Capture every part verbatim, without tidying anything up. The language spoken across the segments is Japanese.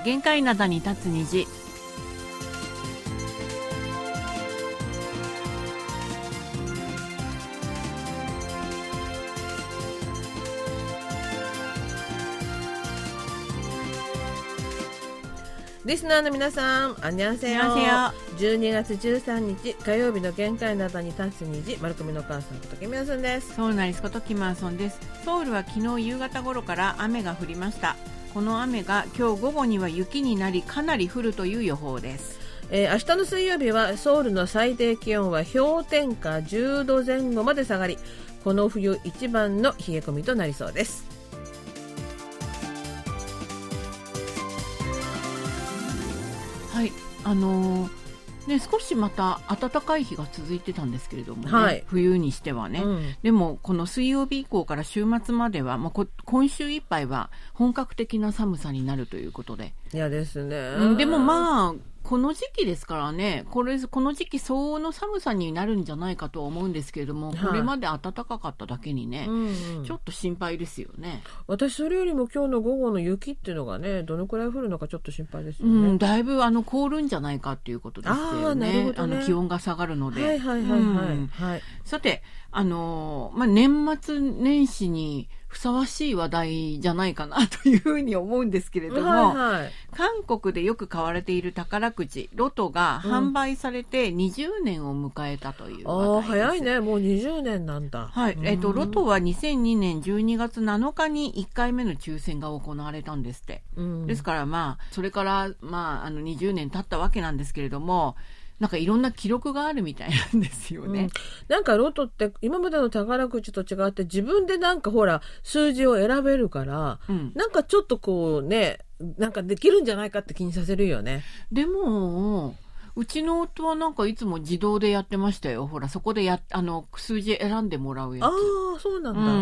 限界灘に立つ虹。 リスナーの皆さん、あんにゃんせよ。じゅうにがつじゅうさんにち火曜日の限界灘に立つ虹、丸組の母さんことキムヤソンです。 ソウルナリスことキムヤソンです。ソウルは昨日夕方頃から雨が降りました。この雨が今日午後には雪になり、かなり降るという予報です。 えー、明日の水曜日はソウルの最低気温は氷点下じゅうどぜん後まで下がり、この冬一番の冷え込みとなりそうです。 はい、あのーね、少しまた暖かい日が続いてたんですけれども、ね、 はい、 冬にしてはね、うん、でもこの水曜日以降から週末までは、まあ、こ今週いっぱいは本格的な寒さになるということで、 嫌ですね、 うん、でもまあこの時期ですからね、これこの時期相応の寒さになるんじゃないかと思うんですけれども、はい、これまで暖かかっただけにね、うんうん、ちょっと心配ですよね。 私それよりも今日の午後の雪っていうのがね、どのくらい降るのかちょっと心配ですよね、 うん、だいぶあの凍るんじゃないかっていうことですよね。あ、ね、あの気温が下がるので、 はいはいはいはい、うんはい、 さてあの、まあ、年末年始にふさわしい話題じゃないかなというふうに思うんですけれども、はいはい、韓国でよく買われている宝くじロトが販売されてにじゅうねんを迎えたという話題です、 うん、あ早いね、もうにじゅうねんなんだ、 はいえー、とロトはにせんにねんじゅうにがつなのかにいっかいめの抽選が行われたんですって、うん、ですからまあそれから、まあ、あのにじゅうねん経ったわけなんですけれども、なんかいろんな記録があるみたいなんですよね、うん、 なんかロトって今までの宝くじと違って自分でなんかほら数字を選べるから、うん、なんかちょっとこうね、なんかできるんじゃないかって気にさせるよね。 でもうちの夫はなんかいつも自動でやってましたよ。ほらそこでやあの数字選んでもらうやつ。 ああそうなんだ、うん、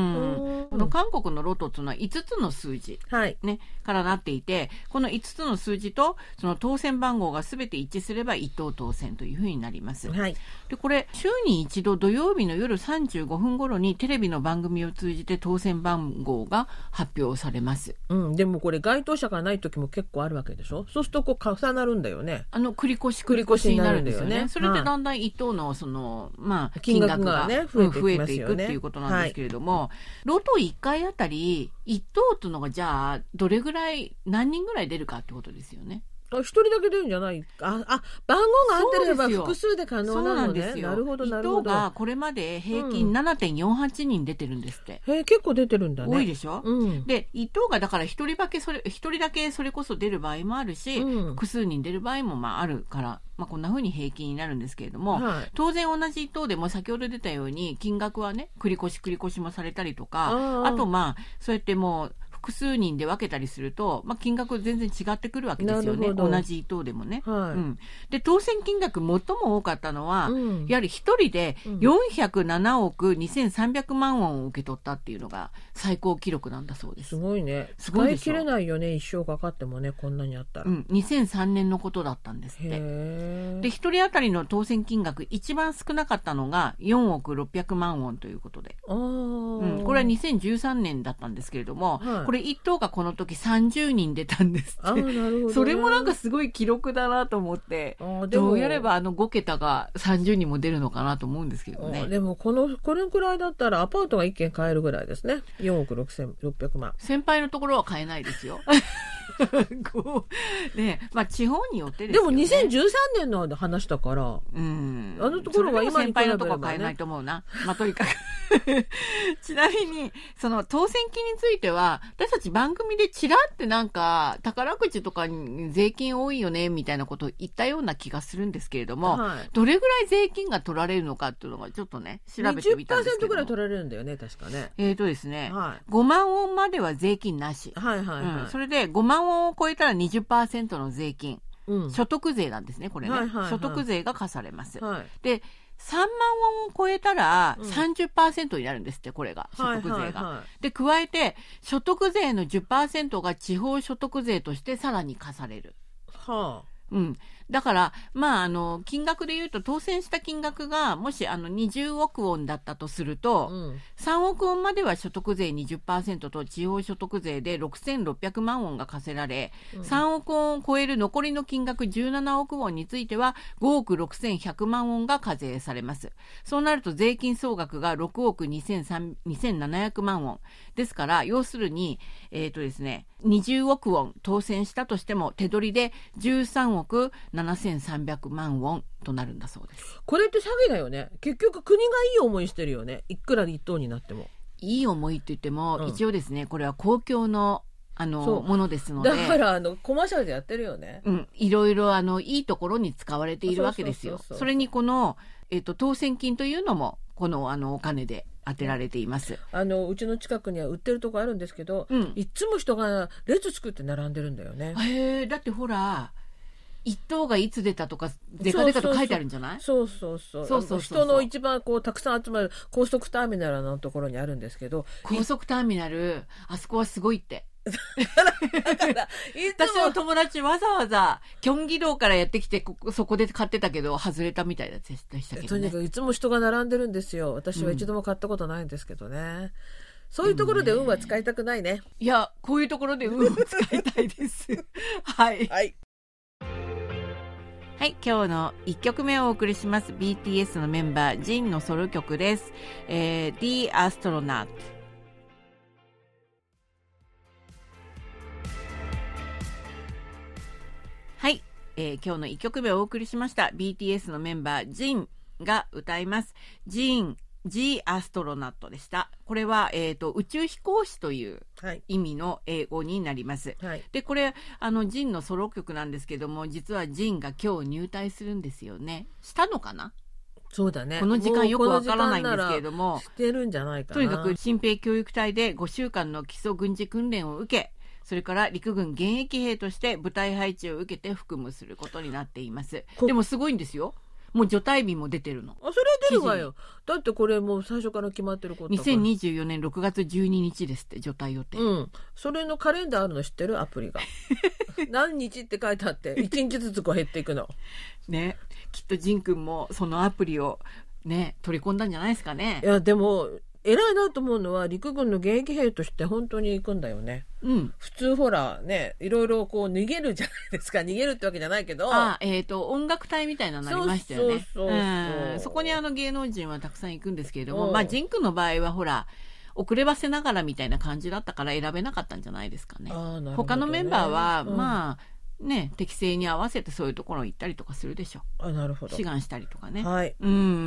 この韓国のロトっていうのはいつつの数字、はいね、からなっていて、このいつつの数字とその当選番号がすべて一致すれば一等当選というふうになります、はい、でこれ週に一度土曜日の夜さんじゅうごふん頃にテレビの番組を通じて当選番号が発表されます、 うん、でもこれ該当者がない時も結構あるわけでしょ。そうするとこう重なるんだよね。 あの繰り越し繰り越しになるんですよね。それでだんだん一等のその、まあ、金額がね、 増えていくっていうことなんですけれども、はい、ロトいっかいあたり一等っていうのがじゃあどれぐらい何人ぐらい出るかってことですよね。 あ一人だけ出るんじゃない。ああ番号が合ってれば複数で可能なのね。 そうなんですよ。 なるほどなるほど。 一等がこれまで平均 ななてんよんはち 人出てるんですって、 うん、へ結構出てるんだね。 多いでしょ、うん、で一等がだから一人だけそれ一人だけそれこそ出る場合もあるし、うん、複数人出る場合もまああるから、まあ、こんな風に平均になるんですけれども、はい、当然同じ一等でも先ほど出たように金額はね繰り越し繰り越しもされたりとか、 あ, あとまあそうやってもう複数人で分けたりすると、まあ、金額全然違ってくるわけですよね。同じ一等でもね、はいうん、で当選金額最も多かったのは、うん、やはり一人でよんひゃくななおくにせんさんびゃくまんウォンを受け取ったっていうのが最高記録なんだそうです。 すごいね。使い切れないよね、一生かかってもね、こんなにあったら、 うん、にせんさんねんのことだったんですって。へで一人当たりの当選金額一番少なかったのがよんおくろっぴゃくまんウォンということで、あ、うん、これはにせんじゅうさんねんだったんですけれども、はい、これ一等がこの時さんじゅうにん出たんですって。あ、なるほどね、それもなんかすごい記録だなと思って、あでもどうやればあのごけたがさんじゅうにんも出るのかなと思うんですけどね。 あでもこのこれくらいだったらアパートがいっけん買えるぐらいですね。よんおくろっぴゃくまん。 先輩のところは買えないですよこうね、まあ地方によってですよね。 でもにせんじゅうさんねんの話だから、うん、あのところは今に比べれば、ね、先輩のところは買えないと思うな。まあとにかくちなみにその当選金については私たち番組でちらってなんか宝くじとかに税金多いよねみたいなことを言ったような気がするんですけれども、はい、どれぐらい税金が取られるのかっていうのがちょっとね調べてみたんですけど、にじゅっパーセント ぐらい取られるんだよね確かね。 えーとですね、はい、ごまんウォンまでは税金なし、はいはいはいうん、それでごまんウォンを超えたら にじゅっパーセント の税金、うん、所得税なんですねこれね、はいはいはい、所得税が課されます、はい、でさんまんウォンを超えたら さんじゅっパーセント になるんですって、これが所得税が、はいはいはい、で加えて所得税の じゅっパーセント が地方所得税としてさらに課される、はあうん、 だから、まあ、あの、金額で言うと、当選した金額が、もし、あの、にじゅうおくウォンだったとすると、うん、さんおくウォンまでは所得税 にじゅっパーセント と地方所得税でろくせんろっぴゃくまんウォンが課せられ、うん、さんおくウォンを超える残りの金額じゅうななおくウォンについては、ごおくろくせんひゃくまんウォンが課税されます。そうなると、税金総額がろくおくにせんななひゃくまんウォン。ですから、要するに、えっとですね、にじゅうおくウォン当選したとしても、手取りでじゅうさんおくななせんさんびゃくまんウォンとなるんだそうです。 これって詐欺だよね。結局国がいい思いしてるよね。いくら一等になっても。 いい思いって言っても、うん、一応ですね、これは公共のあのものですので、 だからあのコマーシャルでやってるよね。 うん、いろいろあのいいところに使われているわけですよ。それにこの、えーと、当選金というのもこのあのお金で当てられています。 あのうちの近くには売ってるとこあるんですけど、うん、いつも人が列作って並んでるんだよね。 へえ、だってほら一等がいつ出たとかデカデカと書いてあるんじゃない？ そうそうそうそうそうそう、人の一番こうたくさん集まる高速ターミナルのところにあるんですけど、 高速ターミナルあそこはすごいってだから私の友達わざわざキョンギ道からやってきてここそこで買ってたけど外れたみたいでしたけどね。 とにかくいつも人が並んでるんですよ。私は一度も買ったことないんですけどね、うん、そういうところで運は使いたくないね。 いやこういうところで運を使いたいですはい、 はいはい、今日のいっきょくめをお送りします。 ビーティーエス のメンバージンのソロ曲です、えー、The Astronaut。はい、えー、今日のいっきょくめをお送りしました。 ビーティーエス のメンバージンが歌いますジン The Astronaut でした。これは、えーと、宇宙飛行士という意味の英語になります、はい、でこれあのジンのソロ曲なんですけども、実はジンが今日入隊するんですよね。したのかな。 そうだね。 この時間よくわからないんですけれども、 してるんじゃないかな。 とにかく新兵教育隊でごしゅうかんの基礎軍事訓練を受け、それから陸軍現役兵として部隊配置を受けて服務することになっています。でもすごいんですよ。もう除隊日も出てるの。 あ、それは出るわよ。だってこれもう最初から決まってることだから。 にせんにじゅうよねんろくがつじゅうににちですって、除隊予定。 うん。それのカレンダーあるの知ってる？アプリが。何日って書いてあって、いちにちずつこう減っていくの。 ね。きっとジン君もそのアプリをね、取り込んだんじゃないですかね。 いや、でも、偉いなと思うのは陸軍の現役兵として本当に行くんだよね、うん、普通ほらねいろいろこう逃げるじゃないですか。逃げるってわけじゃないけど、 あ、えーと、音楽隊みたいなのありましたよね。そうそうそうそう、うん、そこにあの芸能人はたくさん行くんですけれども、まあジンクの場合はほら遅ればせながらみたいな感じだったから選べなかったんじゃないですかね。あ、なるほどね。他のメンバーは、うん、まあね、適正に合わせてそういうところ行ったりとかするでしょ。 あ、なるほど。 志願したりとかね。 はい。 うん。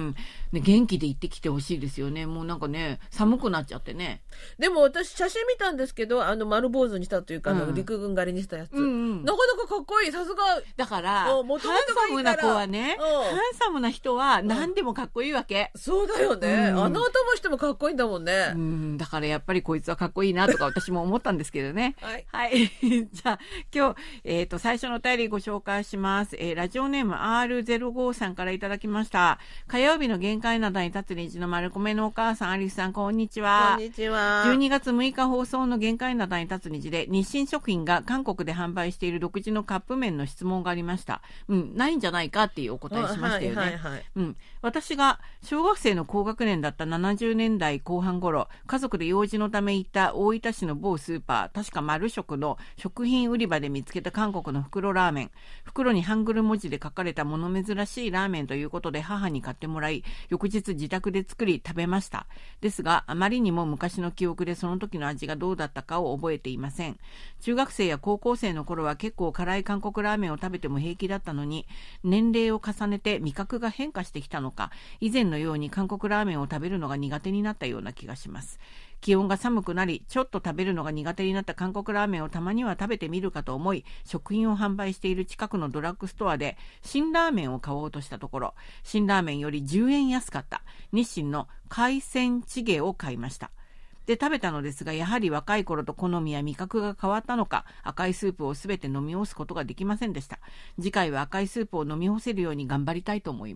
ね、元気で行ってきてほしいですよね。もうなんかね、寒くなっちゃってね。 でも私写真見たんですけど、あの丸坊主にしたというか、うん、あの陸軍狩りにしたやつ、うんうん、なかなかかっこいい。さすが。 だからハンサムな子はね、ハンサムな人は何でもかっこいいわけ。 うん、そうだよね、うん、あの頭してもかっこいいんだもんね。 うん、だからやっぱりこいつはかっこいいなとか私も思ったんですけどね。 はい、 はい、じゃあ今日、えーと、最初のお便りご紹介します、えー、ラジオネーム アールゼロご さんからいただきました。火曜日の限界などに立つ虹の丸米のお母さん、アリスさん、こんにちは。 こんにちは。 じゅうにがつむいか放送の限界などに立つ虹で日清食品が韓国で販売している独自のカップ麺の質問がありました。うん、ないんじゃないかっていうお答えしましたよね。はいはいはい、うん、私が小学生の高学年だったななじゅうねんだいこう半頃、家族で用事のため行った大分市の某スーパー、確か丸食の食品売り場で見つけた韓国の袋ラーメン。袋にハングル文字で書かれたもの珍しいラーメンということで母に買ってもらい、翌日自宅で作り食べました。ですがあまりにも昔の記憶でその時の味がどうだったかを覚えていません。中学生や高校生の頃は結構辛い韓国ラーメンを食べても平気だったのに、年齢を重ねて味覚が変化してきたのか、以前のように韓国ラーメンを食べるのが苦手になったような気がします。気温が寒くなり、ちょっと食べるのが苦手になった韓国ラーメンをたまには食べてみるかと思い、食品を販売している近くのドラッグストアで辛ラーメンを買おうとしたところ、辛ラーメンよりじゅうえん安かった日清の海鮮チゲを買いました。で食べたのですが、やはり若い頃と好みや味覚が変わったのか、赤いスープをすべて飲み干すことができませんでした。次回は赤いスープを飲み干せるように頑張りたいと思います。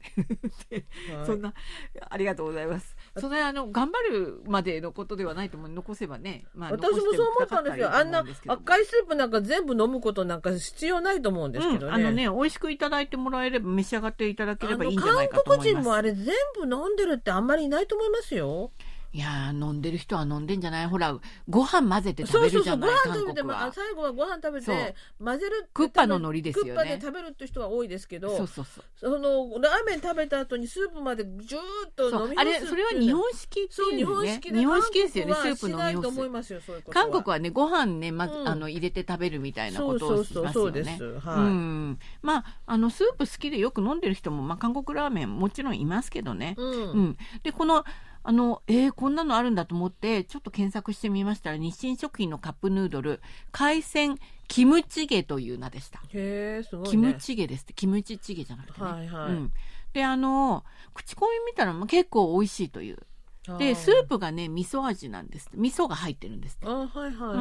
はい、そんなありがとうございます。それあの頑張るまでのことではないと思う。残せばね、 まあ、私もそう思ったんですよ。あんな赤いスープなんか全部飲むことなんか必要ないと思うんですけどね、うん、 あのね美味しくいただいてもらえれば召し上がっていただければいいんじゃないかと思います。 韓国人もあれ全部飲んでるってあんまりいないと思いますよ。 いやー飲んでる人は飲んでんじゃない。ほらご飯混ぜて食べるじゃない。そうそうそう、ご飯食べて、 まあ、最後はご飯食べて混ぜるクッパの海苔ですよね。 クッパで食べるって人は多いですけど、 そうそうそう、 そのラーメン食べた後にスープまでジューッと飲み干す。 あれそれは日本式っていうね。そう日本式で、日本式ですよね。スープ飲み干す。 思いますよ、そういうことは韓国はねご飯ねまず、うん、あの入れて食べるみたいなことをしますよね。そうそうそうそうです。はい。うん、まああのスープ好きでよく飲んでる人もまあ韓国ラーメンもちろんいますけどね。うん。うん、でこのあのえー、こんなのあるんだと思ってちょっと検索してみましたら、日清食品のカップヌードル海鮮キムチゲという名でした。 へーすごいね。 キムチゲですって。キムチチゲじゃなくてね、 はいはい、 うん、であの口コミ見たら結構美味しいという。でスープがね味噌味なんです。味噌が入ってるんですって。 あ、はいはいはい、うん、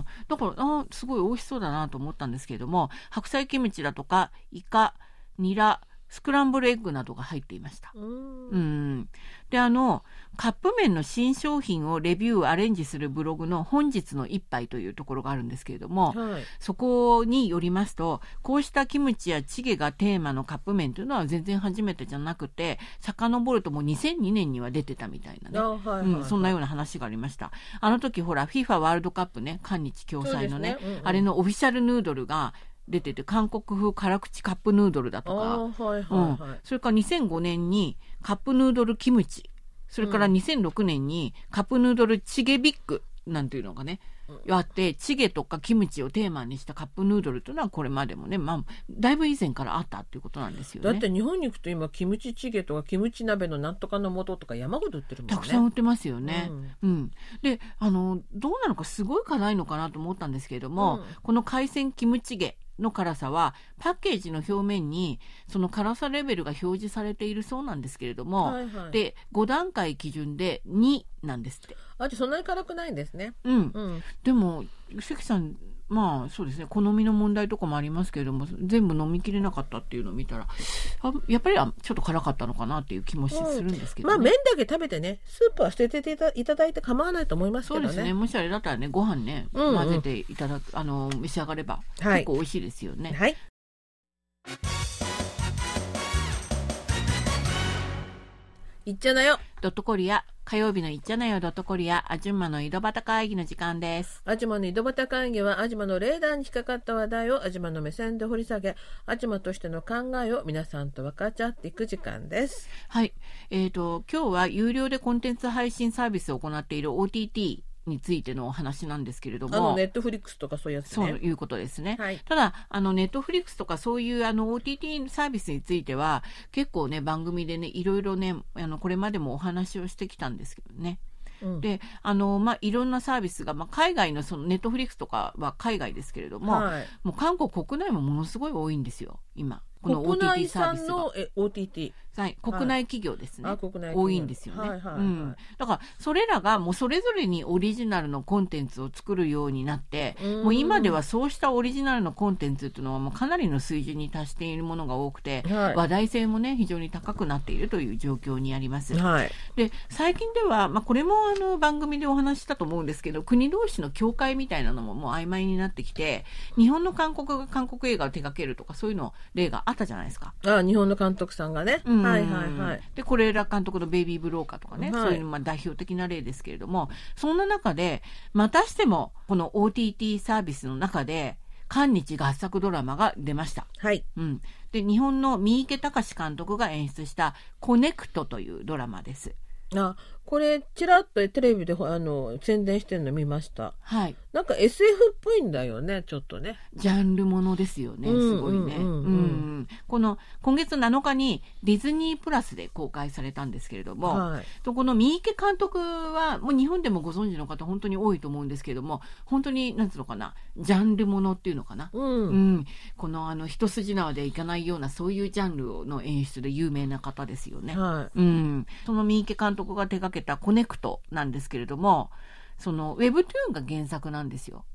だからあすごい美味しそうだなと思ったんですけれども、白菜キムチだとかイカ、ニラ、スクランブルエッグなどが入っていました。うん、うん、であのカップ麺の新商品をレビューアレンジするブログの本日の一杯というところがあるんですけれども、はい、そこによりますと、こうしたキムチやチゲがテーマのカップ麺というのは全然初めてじゃなくて、遡るともうにせんにねんには出てたみたいなね、はいはいはい、うん、そんなような話がありました。あの時ほら FIFA ワールドカップね、韓日共催の ね, ね、うんうん、あれのオフィシャルヌードルが出てて、韓国風辛口カップヌードルだとか、 はいはいはい、 うん、それからにせんごねんにカップヌードルキムチ、それからにせんろくねんにカップヌードルチゲビッグなんていうのがね、うん、あって、チゲとかキムチをテーマにしたカップヌードルというのはこれまでもね、まあ、だいぶ以前からあったっていうことなんですよね。 だって日本に行くと今キムチチゲとかキムチ鍋のなんとかの素とか山ほど売ってるもんね。 たくさん売ってますよね、うんうん、であのどうなのかすごい辛いのかなと思ったんですけれども、うん、この海鮮キムチゲの辛さはパッケージの表面にその辛さレベルが表示されているそうなんですけれども、はいはい、でごだんかい基準でになんですって。 あ、じゃそんなに辛くないんですね。 うん、うん、でも関さん、まあそうですね、好みの問題とかもありますけれども、全部飲みきれなかったっていうのを見たら、あやっぱりちょっと辛かったのかなっていう気もするんですけど、ね、 うん、まあ麺だけ食べてね、スープは捨てていただいて構わないと思いますけどね。 そうですね、もしあれだったらね、ご飯ね、うんうん、混ぜていただく、あの召し上がれば、はい、結構美味しいですよね。 はい。いっちゃなよドットコリア、火曜日のいっちゃなよドットコリア、あじゅんまの井戸端会議の時間です。 あじまの井戸端会議は、あじまのレーダーに引っかかった話題をあじまの目線で掘り下げ、あじまとしての考えを皆さんと分かち合っていく時間です。 はい、えーと今日は有料でコンテンツ配信サービスを行っている オーティーティーについてのお話なんですけれども、 あのネットフリックスとかそういうやつね。 そういうことですね、 はい、 ただあのネットフリックスとかそういうあの オーティーティー サービスについては結構ね番組でねいろいろねあのこれまでもお話をしてきたんですけどね。うん、であのまあ、いろんなサービスが、まあ、海外のそのネットフリックスとかは海外ですけれども、はい、もう韓国国内もものすごい多いんですよ今。この オーティーティー サービスが国内産のえ オーティーティー、 はい、国内企業ですね、 はい、国内多いんですよね、はいはいはい、うん、だからそれらがもうそれぞれにオリジナルのコンテンツを作るようになって、もう今ではそうしたオリジナルのコンテンツっていうのはもうかなりの水準に達しているものが多くて、はい、話題性もね非常に高くなっているという状況にあります、 はい、 で最近では、まあ、これもあの番組でお話ししたと思うんですけど、国同士の境界みたいなのももう曖昧になってきて、日本の韓国が韓国映画を手掛けるとかそういうの例があったじゃないですか。 あ、日本の監督さんがね、 うん、 はいはいはい。 で是枝監督のベイビーブローカーとかね、はい、そういうまあ代表的な例ですけれども、そんな中でまたしてもこの オーティーティー サービスの中で韓日合作ドラマが出ました、 はい、 うん、で日本の三池崇監督が演出したコネクトというドラマです。 あ、これちらっとテレビであの宣伝してるの見ました。 はい。 なんか エスエフ っぽいんだよね、ちょっとね。 ジャンルものですよね、すごいね。うんうんうんうん、この今月なのかにディズニープラスで公開されたんですけれども、はい、とこの三池監督はもう日本でもご存知の方本当に多いと思うんですけれども、本当になんつうのかな、ジャンルものっていうのかな、 うんうん、このあの一筋縄でいかないようなそういうジャンルの演出で有名な方ですよね。 はい、 うん、その三池監督が手掛けたコネクトなんですけれども、 そのウェブトゥーンが原作なんですよ。 うん、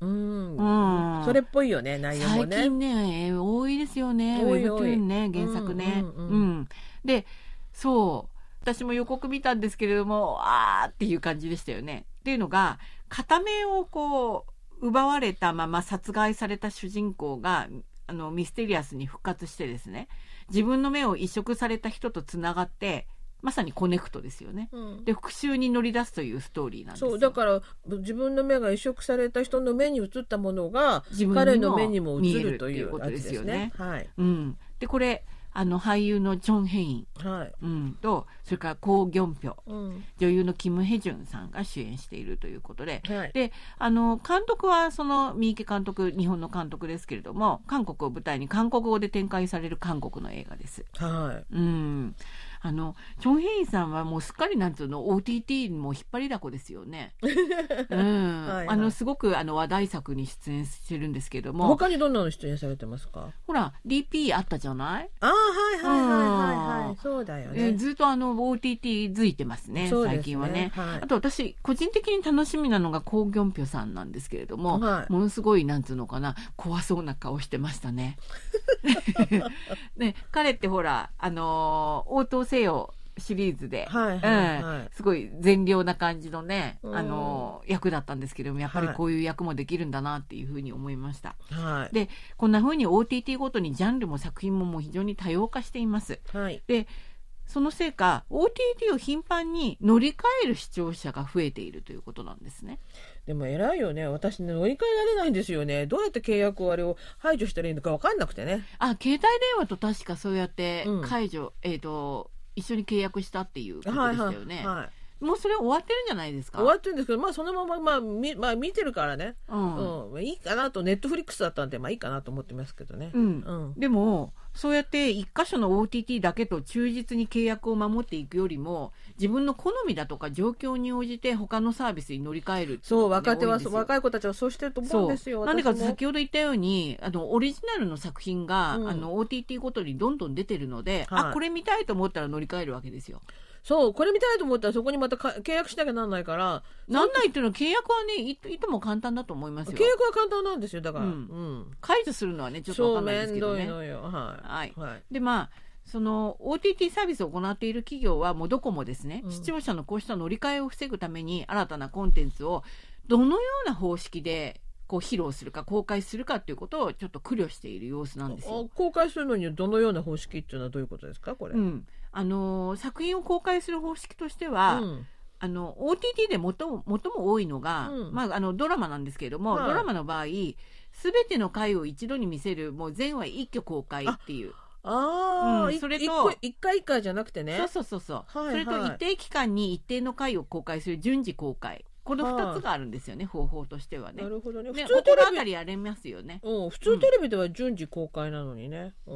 うん、それっぽいよね、内容もね。 最近ね多いですよね、ウェブトゥーンね、原作ね。うん、うんうん、でそう私も予告見たんですけれども、あーっていう感じでしたよね。っていうのが、片目をこう奪われたまま殺害された主人公があのミステリアスに復活してですね、自分の目を移植された人とつながってまさにコネクトですよね、うん、で復讐に乗り出すというストーリーなんですよ。 そうだから自分の目が移植された人の目に映ったものが彼の目にも映るということですよね。はい、 うん、でこれあの俳優のチョン・ヘイン、はいうん、とそれからコウ・ギョンピョ、うん、女優のキム・ヘジュンさんが主演しているということで、はい、であの監督はその三池監督、日本の監督ですけれども、韓国を舞台に韓国語で展開される韓国の映画です。はい、うんあのチョン・ヘインさんはもうすっかりなんつうの オーティーティー も引っ張りだこですよね。うんはい、はい、あのすごくあの話題作に出演してるんですけども、 他にどんなの出演されてますか？ ほら ディーピー あったじゃない。 ああはいはいはいはいはい、そうだよね。 ずっとあの オーティーティー づいてますね、最近はね、はい、あと私個人的に楽しみなのがコウ・ギョンピョさんなんですけれども、はい、ものすごいなんつうのかな、怖そうな顔してましたね。ね彼ってほらあの応答せよシリーズで、はいはいはいうん、すごい善良な感じのね、あの役だったんですけども、やっぱりこういう役もできるんだなっていうふうに思いました、はい、でこんなふうに オーティーティー ごとにジャンルも作品ももう非常に多様化しています、はい、でそのせいか オーティーティー を頻繁に乗り換える視聴者が増えているということなんですね。 でも偉いよね。私ね乗り換えられないんですよね。どうやって契約をあれを排除したらいいのか分かんなくてね。 あ携帯電話と確かそうやって解除、うん、えっ、ー、と一緒に契約したっていうことでしたよね、はいはいはい、もうそれ終わってるんじゃないですか？ 終わってるんですけど、まあそのまま、まあみまあ、見てるからね、うんうん、いいかなと。ネットフリックスだったんでまあいいかなと思ってますけどね、うんうん、でもそうやって一箇所の オーティーティー だけと忠実に契約を守っていくよりも、自分の好みだとか状況に応じて他のサービスに乗り換える。 そう若手は若い子たちはそうしてると思うんですよ。 なんでか先ほど言ったようにあのオリジナルの作品が、うん、あの オーティーティー ごとにどんどん出てるので、はい、あこれ見たいと思ったら乗り換えるわけですよ。 そうこれ見たいと思ったらそこにまた契約しなきゃなんないから。 なんないっていうのは契約はね い, いとも簡単だと思いますよ。 契約は簡単なんですよ。だから、うんうん、 解除するのはねちょっと分かんないですけどね。 そうめんどいのよ、はいはいはい、でまあその オーティーティー サービスを行っている企業はもうどこもですね、うん、視聴者のこうした乗り換えを防ぐために新たなコンテンツをどのような方式でこう披露するか公開するかということをちょっと苦慮している様子なんですよ。 公開するのにどのような方式っていうのはどういうことですかこれ、 うんあのー、作品を公開する方式としては、うん、あの オーティーティー で最も、最も多いのが、うんまあ、あのドラマなんですけれども、はい、ドラマの場合全ての回を一度に見せるもう全話一挙公開っていう。 ああ、うん、それと一回一回じゃなくてね。 そうそうそうそう、はいはい、それと一定期間に一定の回を公開する順次公開、このふたつがあるんですよね、はあ、方法としてはね。 なるほどね。 普通テレビあたりやれますよね。 うん、普通テレビでは順次公開なのにね。うん、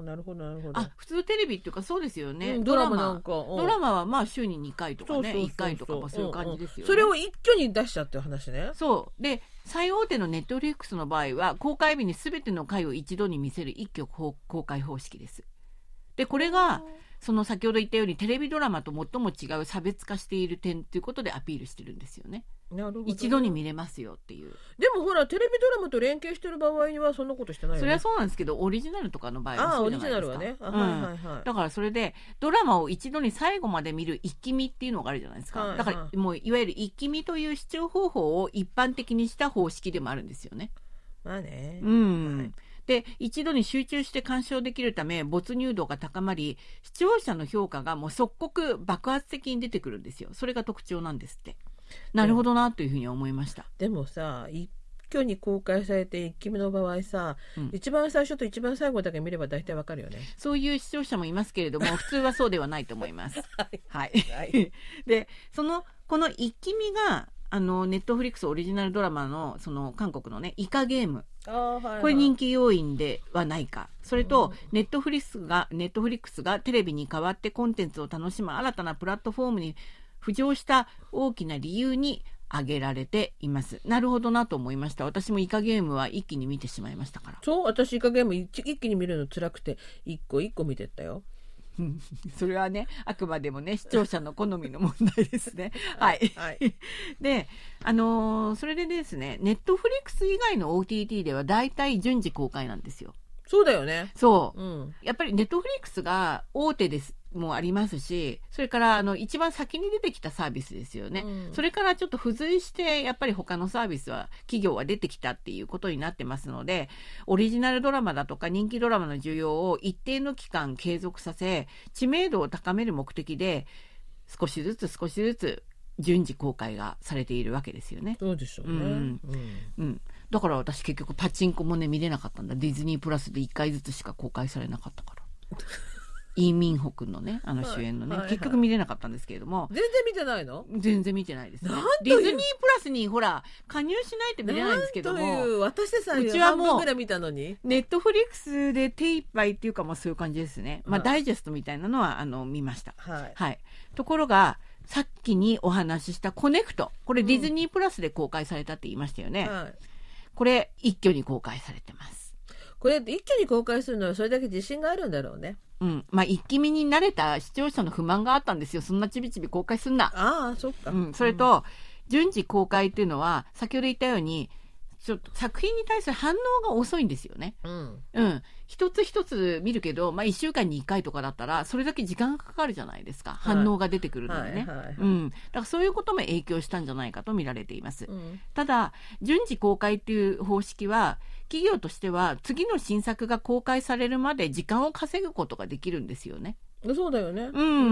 なるほどなるほど。 あ、普通テレビっていうかそうですよね。 うん、ドラマなんか、 うん、ドラマはまあ週ににかいとかね、いっかいとかもそういう感じですよね、 うんうん。それを一挙に出しちゃっていう話ね。 そうで最大手のネットフリックスの場合は公開日に全ての回を一度に見せる一挙公開方式です。でこれがその先ほど言ったようにテレビドラマと最も違う差別化している点ということでアピールしてるんですよね。なるほどね、一度に見れますよっていう。 でもほらテレビドラマと連携してる場合にはそんなことしてないよね。 それはそうなんですけどオリジナルとかの場合はそうじゃないですか。あ、オリジナルはね、あ、うんはいはいはい、だからそれでドラマを一度に最後まで見る一気見っていうのがあるじゃないですか、はいはい、だからもういわゆる一気見という視聴方法を一般的にした方式でもあるんですよね。 まあね、 うん、はいで一度に集中して鑑賞できるため没入度が高まり視聴者の評価がもう即刻爆発的に出てくるんですよ。それが特徴なんですって。なるほどなというふうに思いました。 でもさ一挙に公開されて一気見の場合さ、うん、一番最初と一番最後だけ見れば大体わかるよね。 そういう視聴者もいますけれども普通はそうではないと思いますはい、はいはい、でそのこの一気見があのネットフリックスオリジナルドラマ の, その韓国のねイカゲーム、あ、はいはい、これ人気要因ではないか。それとネットフリックスがネットフリックスがテレビに代わってコンテンツを楽しむ新たなプラットフォームに浮上した大きな理由に挙げられています。なるほどなと思いました。私もイカゲームは一気に見てしまいましたから。 そう、私イカゲーム 一, 一気に見るの辛くて一個一個見てったよそれはね、あくまでもね、視聴者の好みの問題ですね。はい。はい、で、あのー、それでですね、ネットフリックス以外の オーティーティー では大体順次公開なんですよ。 そうだよね。 そう。うん、やっぱりネットフリックスが大手です。もありますし、それからあの一番先に出てきたサービスですよね、うん、それからちょっと付随してやっぱり他のサービスは企業は出てきたっていうことになってますので、オリジナルドラマだとか人気ドラマの需要を一定の期間継続させ、知名度を高める目的で少しずつ少しずつ順次公開がされているわけですよね。 そうでしょうね、うんうんうん、だから私結局パチンコもね見れなかったんだ。ディズニープラスでいっかいずつしか公開されなかったからイ・ミンホ君のね、あの主演のね、はいはいはい、結局見れなかったんですけれども。 全然見てないの？ 全然見てないです、ね。ディズニープラスにほら、加入しないと見れないんですけども。 なんという、私でさえ半分ぐらい見たのに。 ネットフリックスで手一杯っていうか、まあそういう感じですね。まあ、はい、ダイジェストみたいなのは、あの、見ました。はい。はい。ところが、さっきにお話ししたコネクト。これディズニープラスで公開されたって言いましたよね。うん、はい。これ、一挙に公開されてます。 これ、一挙に公開するのはそれだけ自信があるんだろうね。 うん。まあ、一気見に慣れた視聴者の不満があったんですよ。そんなちびちび公開すんな。 ああ、そっか。 うん。それと、うん、順次公開っていうのは、先ほど言ったように、ちょっと作品に対する反応が遅いんですよね。うん。うん。一つ一つ見るけど、まあ、一週間に一回とかだったら、それだけ時間がかかるじゃないですか。はい、反応が出てくるのでね。はいはいはい、うん。だからそういうことも影響したんじゃないかと見られています。うん、ただ、順次公開っていう方式は、企業としては次の新作が公開されるまで時間を稼ぐことができるんですよね。 そうだよね。 うん。うん、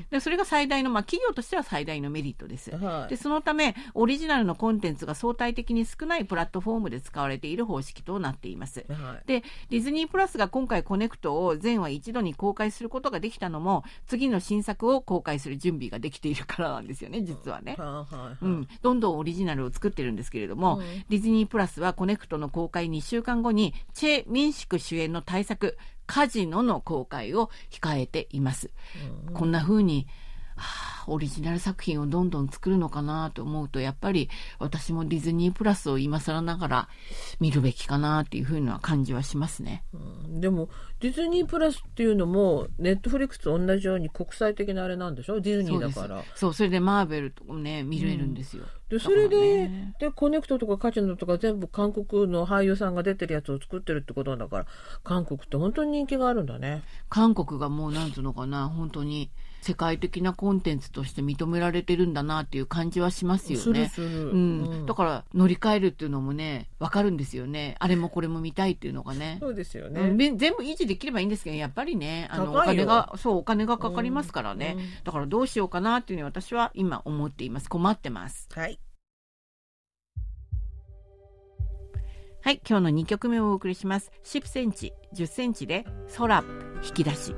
でそれが最大の、まあ、企業としては最大のメリットです。はい、でそのため、オリジナルのコンテンツが相対的に少ないプラットフォームで使われている方式となっています。はい、で、ディズニープラスが今回コネクトを全話一度に公開することができたのも、次の新作を公開する準備ができているからなんですよね、実はね。はいはい、うん。どんどんオリジナルを作ってるんですけれども、うん、ディズニープラスはコネクトの公開にしゅうかんごに、チェ・ミンシク主演の大作、カジノの公開を控えています。うん、こんな風に、はあ、オリジナル作品をどんどん作るのかなと思うと、やっぱり私もディズニープラスを今更ながら見るべきかなっていう風な感じはしますね。 うん、でもディズニープラスっていうのもネットフリックスと同じように国際的なあれなんでしょ？ディズニーだから。 そう、そう、それでマーベルとかね見れるんですよ。 うん、でそれで、ね、でコネクトとかカジノとか全部韓国の俳優さんが出てるやつを作ってるってことだから、韓国って本当に人気があるんだね。 韓国がもうなんつうのかな、本当に世界的なコンテンツとして認められてるんだなっていう感じはしますよね。 するする、 うんうん、だから乗り換えるっていうのもね分かるんですよね。あれもこれも見たいっていうのがね。 そうですよね、 うん、全部維持できればいいんですけど、やっぱりねあのお金がそうお金がかかりますからね、うんうん、だからどうしようかなっていうふうに私は今思っています。困ってます。 はいはい、今日のにきょくめをお送りします。じゅっセンチ、じゅっセンチで空引き出し。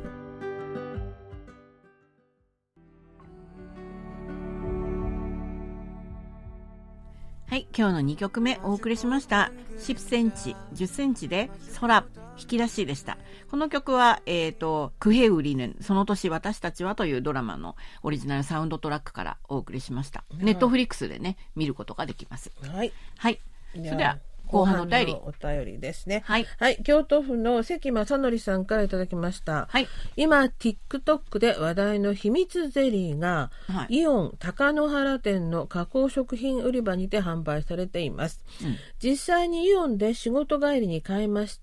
はい、今日のにきょくめお送りしました。じゅっセンチ、じゅっセンチで空引き出しでした。この曲は、えっと、クヘウリヌン、その年私たちはというドラマのオリジナルサウンドトラックからお送りしました。はい、ネットフリックスでね、見ることができます。 はい。 はい。それでは、後半のお便り。 お便りですね。 はい。 はい。京都府の関正則さんからいただきました。はい。今、TikTok で話題の秘密ゼリーが、はい、イオン高野原店の加工食品売り場にて販売されています。うん、実際にイオンで仕事帰りに買いまして、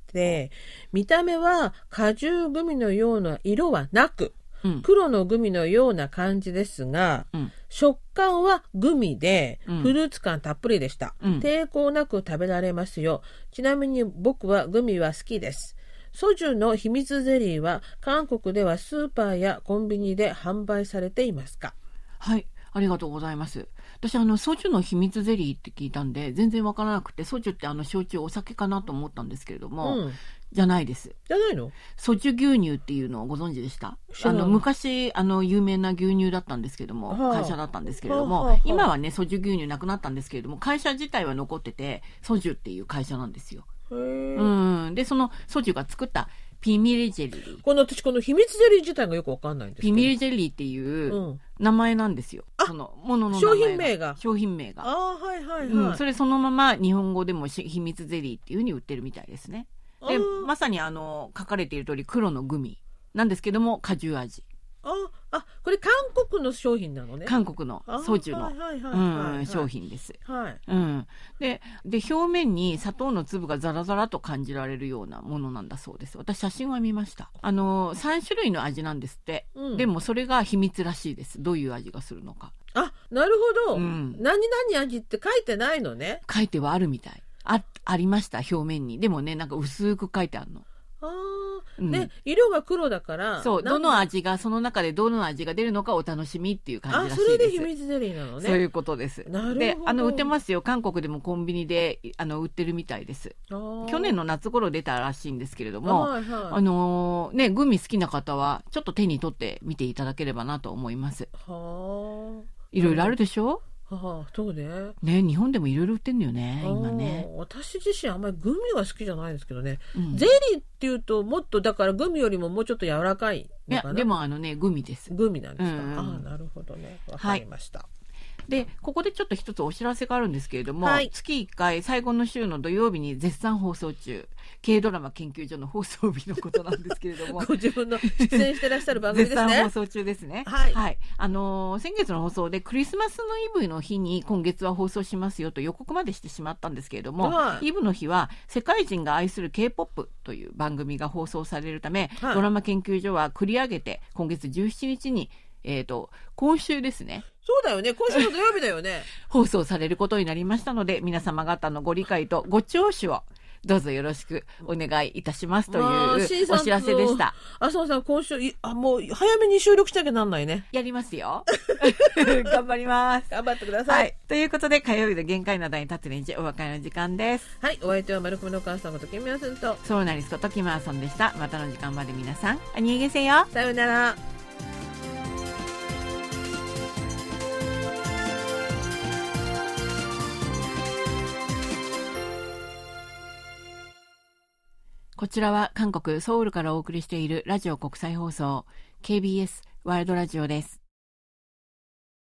見た目は果汁グミのような色はなく、うん、黒のグミのような感じですが、うん、食感はグミで、うん、フルーツ感たっぷりでした、うん、抵抗なく食べられますよ。ちなみに僕はグミは好きです。ソジュの秘密ゼリーは韓国ではスーパーやコンビニで販売されていますか？ はい、ありがとうございます。私あのソジュの秘密ゼリーって聞いたんで全然わからなくて、ソジュってあの焼酎お酒かなと思ったんですけれども、うん、じゃないです。 じゃないの？ ソジュ牛乳っていうのをご存知でした？あの昔あの有名な牛乳だったんですけども、はあ、会社だったんですけれども、はあはあ、今はねソジュ牛乳なくなったんですけれども、会社自体は残っててソジュっていう会社なんですよ。へうん。でそのソジュが作ったピミレジェリー。 この私この秘密ゼリー自体がよくわかんないんですけど。 ピミレジェリーっていう名前なんですよ。うん、そのものの名前商品名が。 商品名が。 ああはいはいはい、 うん。それそのまま日本語でも秘密ゼリーっていう風に売ってるみたいですね。でまさにあの書かれている通り黒のグミ。 なんですけども果汁味。 ああ、これ韓国の商品なのね。 韓国のソジュの商品です。 はい。 うん。で、で、表面に砂糖の粒がザラザラと感じられるようなものなんだそうです。私写真は見ました。あの、さん種類の味なんですって。うん、でもそれが秘密らしいです。どういう味がするのか。 あ、なるほど。うん、何々味って書いてないのね。 書いてはあるみたい。あ、ありました、表面に。でもね、なんか薄く書いてあるの。 あうん、で色が黒だからそうどの味がその中でどの味が出るのかお楽しみっていう感じらしいです。 あ、それで秘密ゼリーなのね。 そういうことです。 なるほど。 であの売ってますよ。韓国でもコンビニであの売ってるみたいです。去年の夏頃出たらしいんですけれども、はいはい、あのー、ねグミ好きな方はちょっと手に取ってみていただければなと思います。はいろいろあるでしょ。 はあ、そうね。 ね、日本でもいろいろ売ってんのよね、今ね。 私自身あんまりグミは好きじゃないんですけどね、うん、ゼリーっていうともっとだからグミよりももうちょっと柔らかいのかな。 いやでもあのねグミです。 グミなんですか。うんうん、ああなるほどね、わかりました。はい、 でここでちょっと一つお知らせがあるんですけれども、はい、月いっかい最後の週の土曜日に絶賛放送中軽ドラマ研究所の放送日のことなんですけれどもご自分の出演してらっしゃる番組ですね。 絶賛放送中ですね。 はい、 はい、あのー、先月の放送でクリスマスのイブの日に今月は放送しますよと予告までしてしまったんですけれども、はい、イブの日は世界人が愛する K-ポップ という番組が放送されるため、はい、ドラマ研究所は繰り上げて今月じゅうしちにちにえーと、今週ですね。 そうだよね。今週の土曜日だよね。 放送されることになりましたので、皆様方のご理解とご聴取をどうぞよろしくお願いいたしますというお知らせでした。 あ、そうさん、今週、あ、もう早めに収録しなきゃなんないね。 やりますよ。頑張ります。 頑張ってください。はい。 ということで、火曜日の限界などに立つ連中お別れの時間です。 はい。お相手は丸組のお母さんことキムヤスンと、 ソウナリストとキムヤソンでした。またの時間まで皆さん、あにげせよ。 さようなら。 こちらは韓国ソウルからお送りしているラジオ国際放送 ケービーエス ワールドラジオです。